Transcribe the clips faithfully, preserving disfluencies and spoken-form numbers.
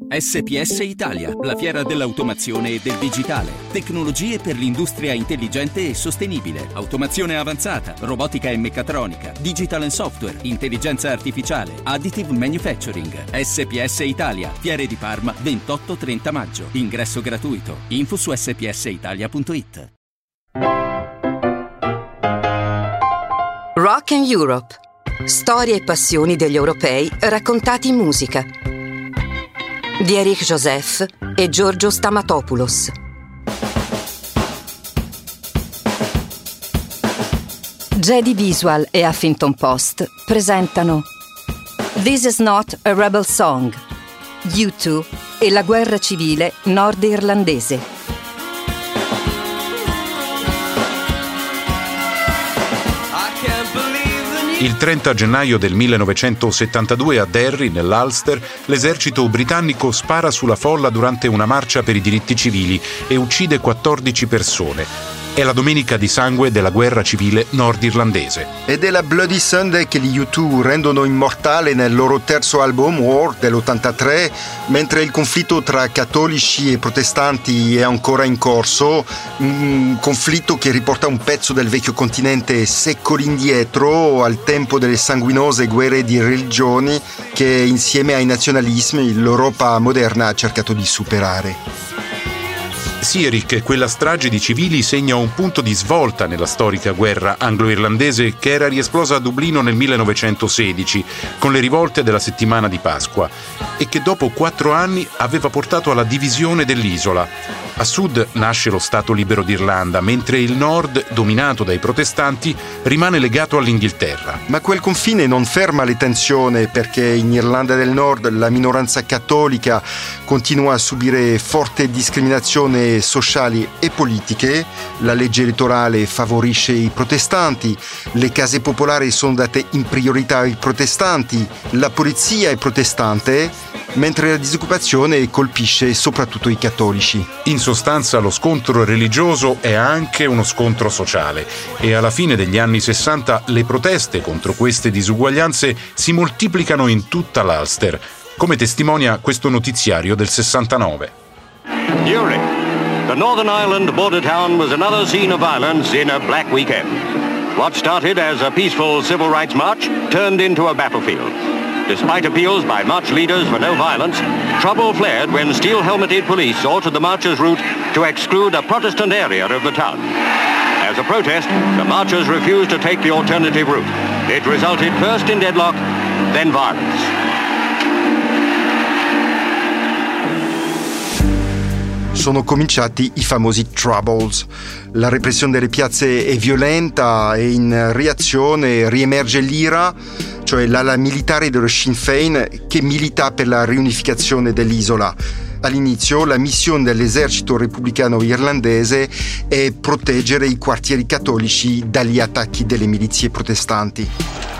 S P S Italia, la fiera dell'automazione e del digitale. Tecnologie per l'industria intelligente e sostenibile, automazione avanzata, robotica e meccatronica, digital and software, intelligenza artificiale, additive manufacturing. S P S Italia, Fiere di Parma, ventotto trenta maggio. Ingresso gratuito. Info su s p s italia punto i t. Rock and Europe. Storie e passioni degli europei raccontati in musica. Di Eric Joseph e Giorgio Stamatopoulos. Jedi Visual e Huffington Post presentano This is not a rebel song, U due e la guerra civile nord-irlandese. Il trenta gennaio del millenovecentosettantadue a Derry, nell'Ulster, l'esercito britannico spara sulla folla durante una marcia per i diritti civili e uccide quattordici persone. È la domenica di sangue della guerra civile nordirlandese. Ed è la Bloody Sunday che gli U due rendono immortale nel loro terzo album War dell'ottantatré, mentre il conflitto tra cattolici e protestanti è ancora in corso, un conflitto che riporta un pezzo del vecchio continente secoli indietro, al tempo delle sanguinose guerre di religioni che insieme ai nazionalismi l'Europa moderna ha cercato di superare. Sì, Eric, quella strage di civili segna un punto di svolta nella storica guerra anglo-irlandese che era riesplosa a Dublino nel millenovecentosedici con le rivolte della settimana di Pasqua e che dopo quattro anni aveva portato alla divisione dell'isola. A sud nasce lo Stato libero d'Irlanda, mentre il nord, dominato dai protestanti, rimane legato all'Inghilterra. Ma quel confine non ferma le tensioni, perché in Irlanda del Nord la minoranza cattolica continua a subire forte discriminazioni sociali e politiche, la legge elettorale favorisce i protestanti, le case popolari sono date in priorità ai protestanti, la polizia è protestante, mentre la disoccupazione colpisce soprattutto i cattolici. In sostanza lo scontro religioso è anche uno scontro sociale e alla fine degli anni sessanta le proteste contro queste disuguaglianze si moltiplicano in tutta l'Ulster, come testimonia questo notiziario del sessantanove. Newry, the Northern Ireland border town, was another scene of violence in a black weekend. What started as a peaceful civil rights march turned into a battlefield. Despite appeals by march leaders for no violence, trouble flared when steel-helmeted police altered the marchers' route to exclude a Protestant area of the town. As a protest, the marchers refused to take the alternative route. It resulted first in deadlock, then violence. Sono cominciati i famosi Troubles. La repressione delle piazze è violenta e in reazione riemerge l'IRA, cioè l'ala militare dello Sinn Féin che milita per la riunificazione dell'isola. All'inizio la missione dell'esercito repubblicano irlandese è proteggere i quartieri cattolici dagli attacchi delle milizie protestanti.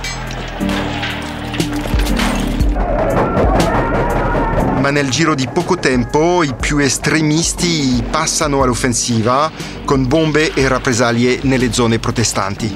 Ma nel giro di poco tempo i più estremisti passano all'offensiva con bombe e rappresaglie nelle zone protestanti.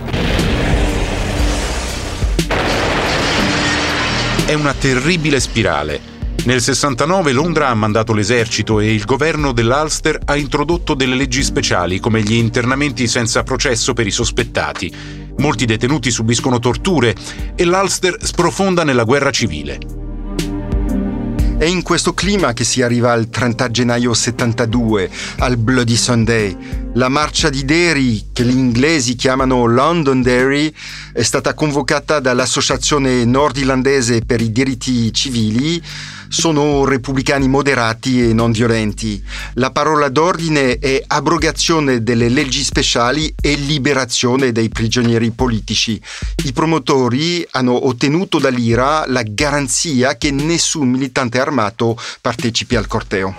È una terribile spirale. Nel sessantanove Londra ha mandato l'esercito e il governo dell'Ulster ha introdotto delle leggi speciali come gli internamenti senza processo per i sospettati. Molti detenuti subiscono torture e l'Ulster sprofonda nella guerra civile. È in questo clima che si arriva al trenta gennaio settantadue, al Bloody Sunday. La marcia di Derry, che gli inglesi chiamano Londonderry, è stata convocata dall'Associazione nordirlandese per i diritti civili. Sono repubblicani moderati e non violenti. La parola d'ordine è abrogazione delle leggi speciali e liberazione dei prigionieri politici. I promotori hanno ottenuto dall'IRA la garanzia che nessun militante armato partecipi al corteo.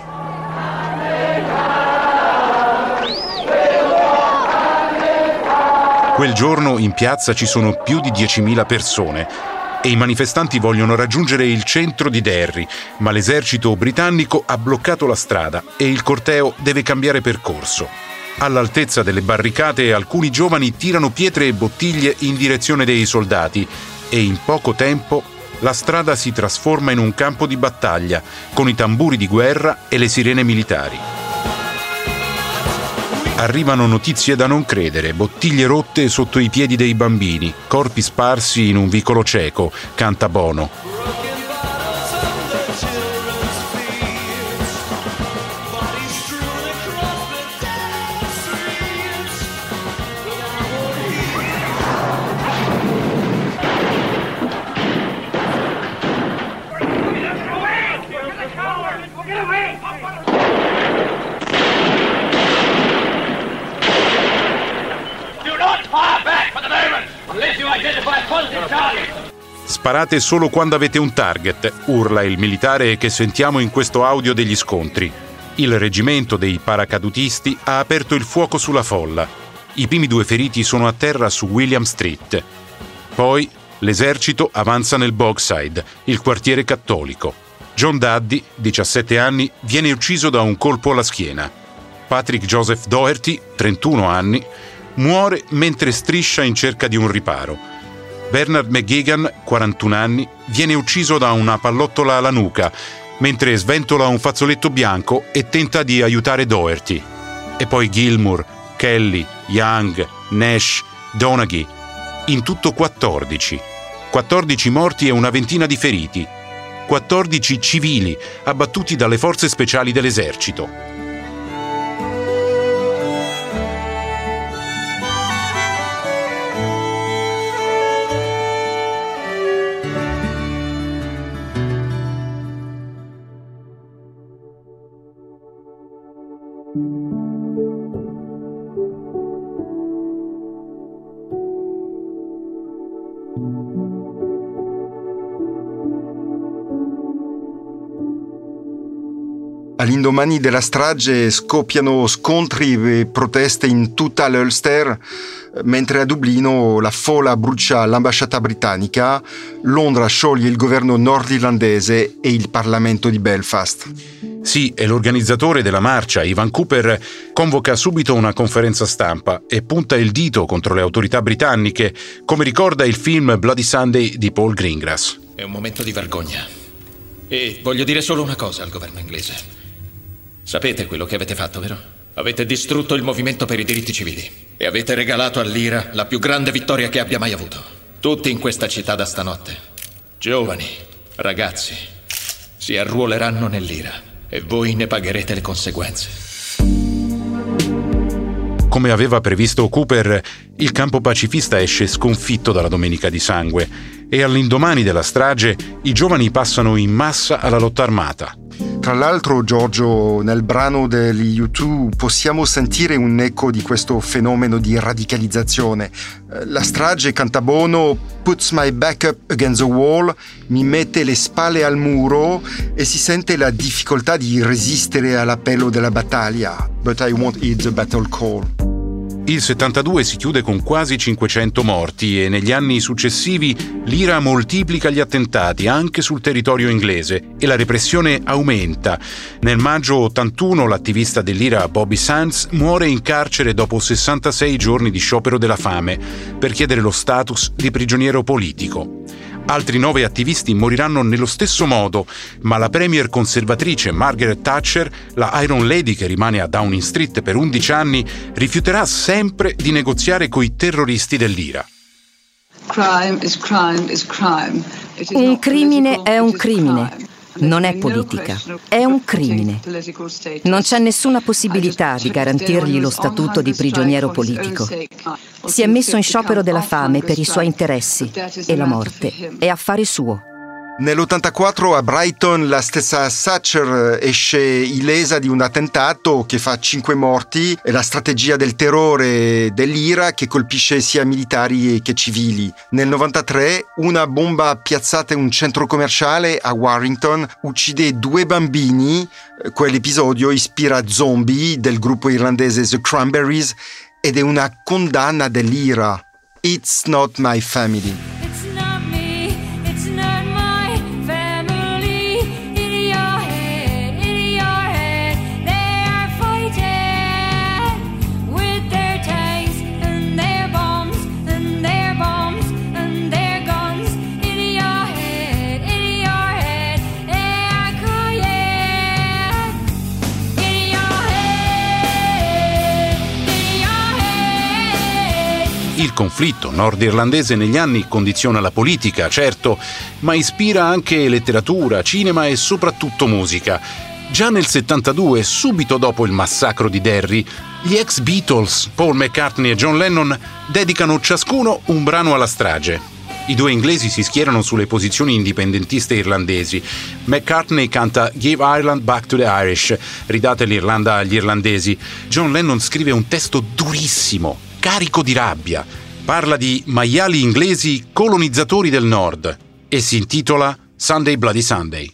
Quel giorno in piazza ci sono più di diecimila persone e i manifestanti vogliono raggiungere il centro di Derry, ma l'esercito britannico ha bloccato la strada e il corteo deve cambiare percorso. All'altezza delle barricate alcuni giovani tirano pietre e bottiglie in direzione dei soldati e in poco tempo la strada si trasforma in un campo di battaglia, con i tamburi di guerra e le sirene militari. Arrivano notizie da non credere, bottiglie rotte sotto i piedi dei bambini, corpi sparsi in un vicolo cieco, canta Bono. Sparate solo quando avete un target, urla il militare che sentiamo in questo audio degli scontri. Il reggimento dei paracadutisti ha aperto il fuoco sulla folla. I primi due feriti sono a terra su William Street. Poi l'esercito avanza nel Bogside, il quartiere cattolico. John Duddy, diciassette anni, viene ucciso da un colpo alla schiena. Patrick Joseph Doherty, trentuno anni, muore mentre striscia in cerca di un riparo. Bernard McGuigan, quarantuno anni, viene ucciso da una pallottola alla nuca mentre sventola un fazzoletto bianco e tenta di aiutare Doherty. E poi Gilmour, Kelly, Young, Nash, Donaghy. In tutto quattordici. quattordici morti e una ventina di feriti. quattordici civili abbattuti dalle forze speciali dell'esercito. All'indomani della strage scoppiano scontri e proteste in tutta l'Ulster, mentre a Dublino la folla brucia l'ambasciata britannica, Londra scioglie il governo nordirlandese e il Parlamento di Belfast. Sì, e l'organizzatore della marcia, Ivan Cooper, convoca subito una conferenza stampa e punta il dito contro le autorità britanniche, come ricorda il film Bloody Sunday di Paul Greengrass. È un momento di vergogna. E voglio dire solo una cosa al governo inglese. Sapete quello che avete fatto, vero? Avete distrutto il movimento per i diritti civili e avete regalato all'Ira la più grande vittoria che abbia mai avuto. Tutti in questa città da stanotte, giovani, ragazzi, si arruoleranno nell'Ira e voi ne pagherete le conseguenze. Come aveva previsto Cooper, il campo pacifista esce sconfitto dalla Domenica di Sangue e all'indomani della strage i giovani passano in massa alla lotta armata. Tra l'altro, Giorgio, nel brano degli U due possiamo sentire un eco di questo fenomeno di radicalizzazione. La strage canta Bono, puts my back up against the wall, mi mette le spalle al muro e si sente la difficoltà di resistere all'appello della battaglia. But I won't heed the battle call. Il settantadue si chiude con quasi cinquecento morti e negli anni successivi l'Ira moltiplica gli attentati anche sul territorio inglese e la repressione aumenta. Nel maggio ottantuno l'attivista dell'Ira Bobby Sands muore in carcere dopo sessantasei giorni di sciopero della fame per chiedere lo status di prigioniero politico. Altri nove attivisti moriranno nello stesso modo, ma la premier conservatrice Margaret Thatcher, la Iron Lady che rimane a Downing Street per undici anni, rifiuterà sempre di negoziare coi terroristi dell'Ira. Crime is crime is crime. Un crimine è un crimine. Non è politica, è un crimine. Non c'è nessuna possibilità di garantirgli lo statuto di prigioniero politico. Si è messo in sciopero della fame per i suoi interessi e la morte è affare suo. Nell'ottantaquattro a Brighton la stessa Thatcher esce illesa di un attentato che fa cinque morti e la strategia del terrore dell'Ira che colpisce sia militari che civili. Nel novantatré una bomba piazzata in un centro commerciale a Warrington uccide due bambini. Quell'episodio ispira Zombie del gruppo irlandese The Cranberries ed è una condanna dell'Ira. It's not my family. Il conflitto nordirlandese negli anni condiziona la politica, certo, ma ispira anche letteratura, cinema e soprattutto musica. Già nel settantadue, subito dopo il massacro di Derry, gli ex Beatles, Paul McCartney e John Lennon, dedicano ciascuno un brano alla strage. I due inglesi si schierano sulle posizioni indipendentiste irlandesi. McCartney canta Give Ireland Back to the Irish, ridate l'Irlanda agli irlandesi. John Lennon scrive un testo durissimo, carico di rabbia. Parla di maiali inglesi colonizzatori del nord e si intitola Sunday Bloody Sunday.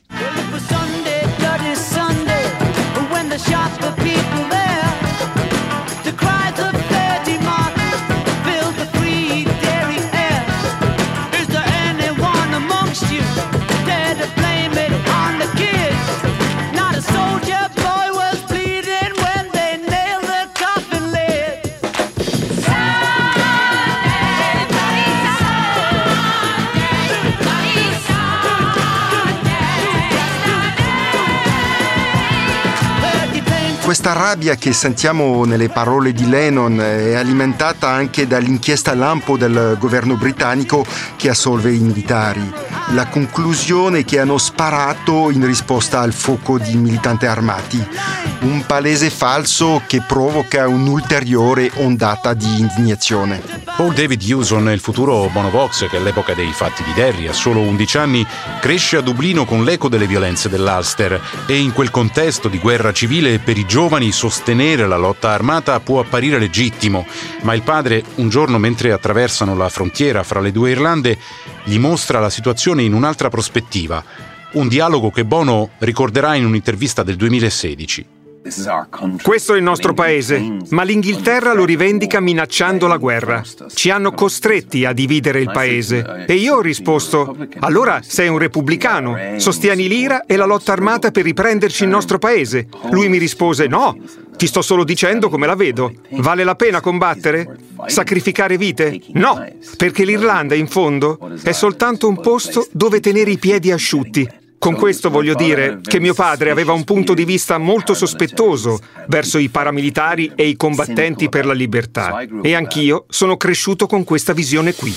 Questa rabbia che sentiamo nelle parole di Lennon è alimentata anche dall'inchiesta lampo del governo britannico che assolve i militari. La conclusione è che hanno sparato in risposta al fuoco di militanti armati. Un palese falso che provoca un'ulteriore ondata di indignazione. Paul David Hewson, il futuro Bono Vox, che all'epoca dei fatti di Derry, a solo undici anni, cresce a Dublino con l'eco delle violenze dell'Ulster e in quel contesto di guerra civile per i giovani sostenere la lotta armata può apparire legittimo, ma il padre, un giorno mentre attraversano la frontiera fra le due Irlande, gli mostra la situazione in un'altra prospettiva, un dialogo che Bono ricorderà in un'intervista del duemilasedici. Questo è il nostro paese, ma l'Inghilterra lo rivendica minacciando la guerra. Ci hanno costretti a dividere il paese. E io ho risposto, allora sei un repubblicano, sostieni l'Ira e la lotta armata per riprenderci il nostro paese. Lui mi rispose, no, ti sto solo dicendo come la vedo. Vale la pena combattere? Sacrificare vite? No, perché l'Irlanda, in fondo, è soltanto un posto dove tenere i piedi asciutti. Con questo voglio dire che mio padre aveva un punto di vista molto sospettoso verso i paramilitari e i combattenti per la libertà. E anch'io sono cresciuto con questa visione qui.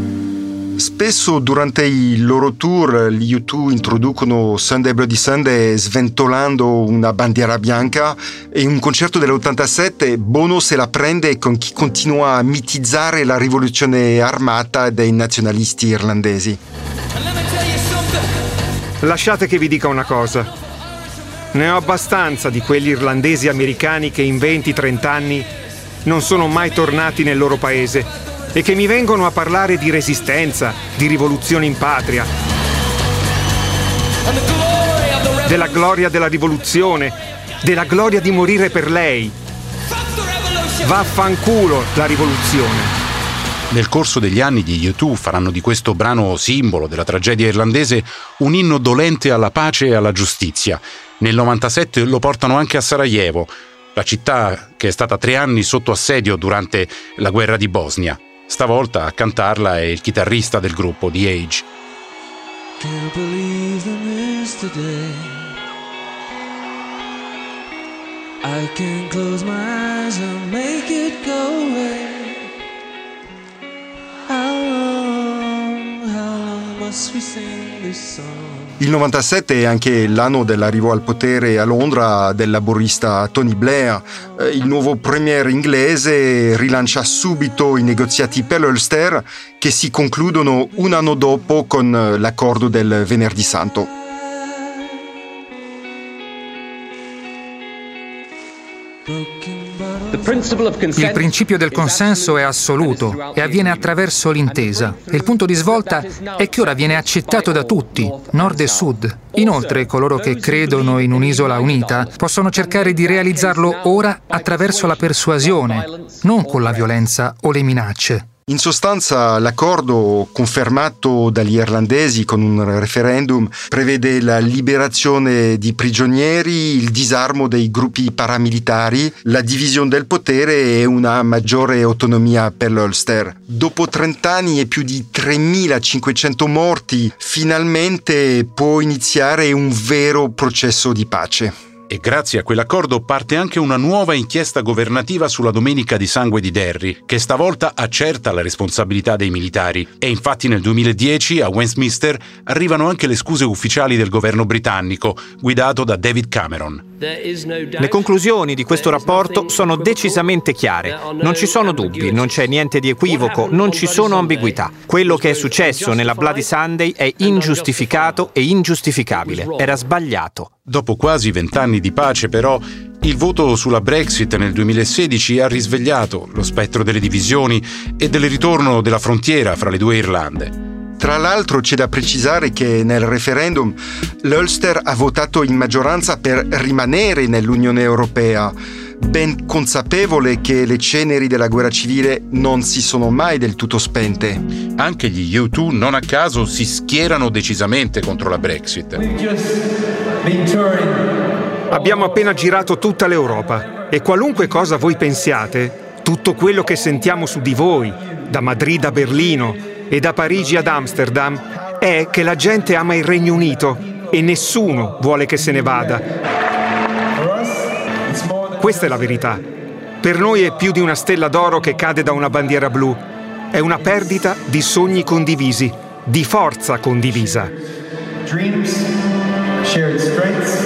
Spesso durante i loro tour gli U due introducono Sunday Bloody Sunday sventolando una bandiera bianca e in un concerto dell'ottantasette Bono se la prende con chi continua a mitizzare la rivoluzione armata dei nazionalisti irlandesi. Lasciate che vi dica una cosa. Ne ho abbastanza di quegli irlandesi americani che in venti trenta anni non sono mai tornati nel loro paese e che mi vengono a parlare di resistenza, di rivoluzione in patria, della gloria della rivoluzione, della gloria di morire per lei. Vaffanculo la rivoluzione. Nel corso degli anni gli U due faranno di questo brano simbolo della tragedia irlandese un inno dolente alla pace e alla giustizia. Nel novantasette lo portano anche a Sarajevo, la città che è stata tre anni sotto assedio durante la guerra di Bosnia. Stavolta a cantarla è il chitarrista del gruppo, The Age. Can't believe the mist today. I can close my eyes and make it go away. Il novantasette è anche l'anno dell'arrivo al potere a Londra del laburista Tony Blair. Il nuovo premier inglese rilancia subito i negoziati per l'Ulster che si concludono un anno dopo con l'accordo del Venerdì Santo. Il principio del consenso è assoluto e avviene attraverso l'intesa. Il punto di svolta è che ora viene accettato da tutti, nord e sud. Inoltre, coloro che credono in un'isola unita possono cercare di realizzarlo ora attraverso la persuasione, non con la violenza o le minacce. In sostanza, l'accordo confermato dagli irlandesi con un referendum prevede la liberazione di prigionieri, il disarmo dei gruppi paramilitari, la divisione del potere e una maggiore autonomia per l'Ulster. Dopo trent'anni e più di tremilacinquecento morti, finalmente può iniziare un vero processo di pace. E grazie a quell'accordo parte anche una nuova inchiesta governativa sulla Domenica di Sangue di Derry, che stavolta accerta la responsabilità dei militari. E infatti nel duemiladieci a Westminster arrivano anche le scuse ufficiali del governo britannico, guidato da David Cameron. Le conclusioni di questo rapporto sono decisamente chiare. Non ci sono dubbi, non c'è niente di equivoco, non ci sono ambiguità. Quello che è successo nella Bloody Sunday è ingiustificato e ingiustificabile. Era sbagliato. Dopo quasi vent'anni di pace, però, il voto sulla Brexit nel duemilasedici ha risvegliato lo spettro delle divisioni e del ritorno della frontiera fra le due Irlande. Tra l'altro c'è da precisare che nel referendum l'Ulster ha votato in maggioranza per rimanere nell'Unione Europea, ben consapevole che le ceneri della guerra civile non si sono mai del tutto spente. Anche gli U due non a caso si schierano decisamente contro la Brexit. Abbiamo appena girato tutta l'Europa e qualunque cosa voi pensiate, tutto quello che sentiamo su di voi, da Madrid a Berlino e da Parigi ad Amsterdam, è che la gente ama il Regno Unito e nessuno vuole che se ne vada. Questa è la verità. Per noi è più di una stella d'oro che cade da una bandiera blu. È una perdita di sogni condivisi, di forza condivisa. Dreams, shared strengths.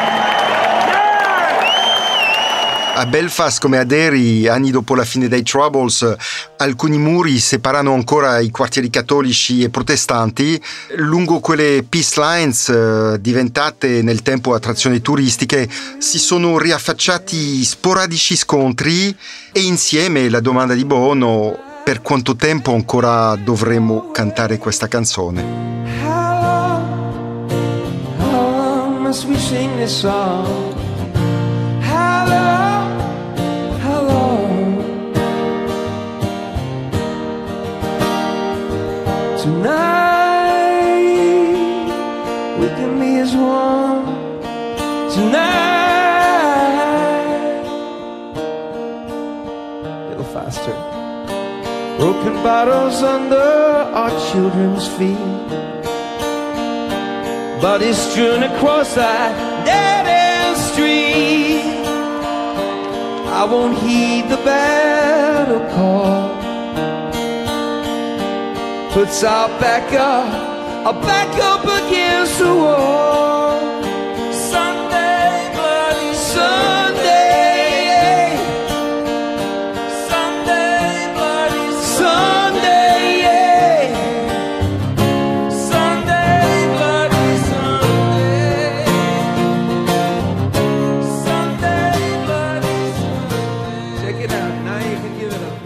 A Belfast come a Derry, anni dopo la fine dei Troubles, alcuni muri separano ancora i quartieri cattolici e protestanti. Lungo quelle peace lines, eh, diventate nel tempo attrazioni turistiche, si sono riaffacciati sporadici scontri e insieme la domanda di Bono: per quanto tempo ancora dovremo cantare questa canzone? How long, how long must we sing this song? How long, how long? Tonight we can be as one. Tonight, a little faster. Broken bottles under our children's feet, bodies strewn across that dead-end street. I won't heed the battle call. Puts our back up, our back up against the wall. Sunday, bloody Sunday, Sunday, bloody Sunday, Sunday, bloody Sunday, Sunday, bloody Sunday. Check it out, now you can give it up.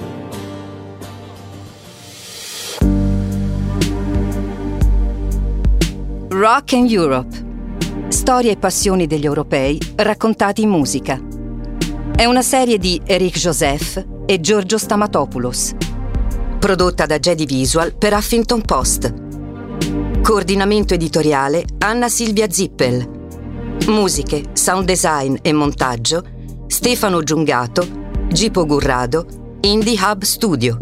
Rock and Europe. Storie e passioni degli europei raccontati in musica. È una serie di Eric Joseph e Giorgio Stamatopoulos. Prodotta da Jedi Visual per Huffington Post. Coordinamento editoriale Anna Silvia Zippel. Musiche, sound design e montaggio Stefano Giungato, Gipo Gurrado, Indie Hub Studio.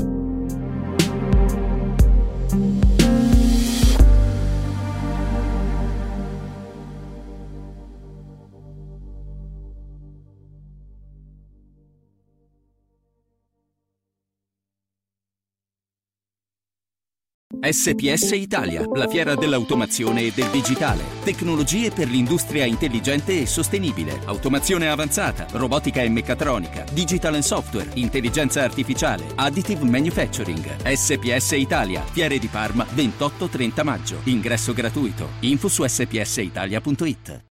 S P S Italia, la fiera dell'automazione e del digitale. Tecnologie per l'industria intelligente e sostenibile. Automazione avanzata, robotica e meccatronica, digital and software, intelligenza artificiale, additive manufacturing. S P S Italia, Fiere di Parma, ventotto trenta maggio. Ingresso gratuito. Info su s p s italia punto it.